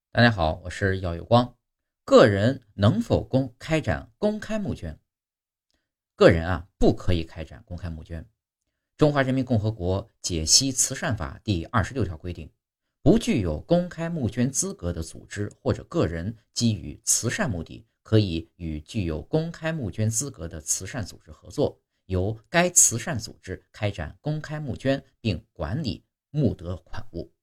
大家好，我是耀有光。个人能否开展公开募捐？个人不可以开展公开募捐。中华人民共和国解析慈善法第26条规定，不具有公开募捐资格的组织或者个人基于慈善目的，可以与具有公开募捐资格的慈善组织合作，由该慈善组织开展公开募捐并管理募得款物。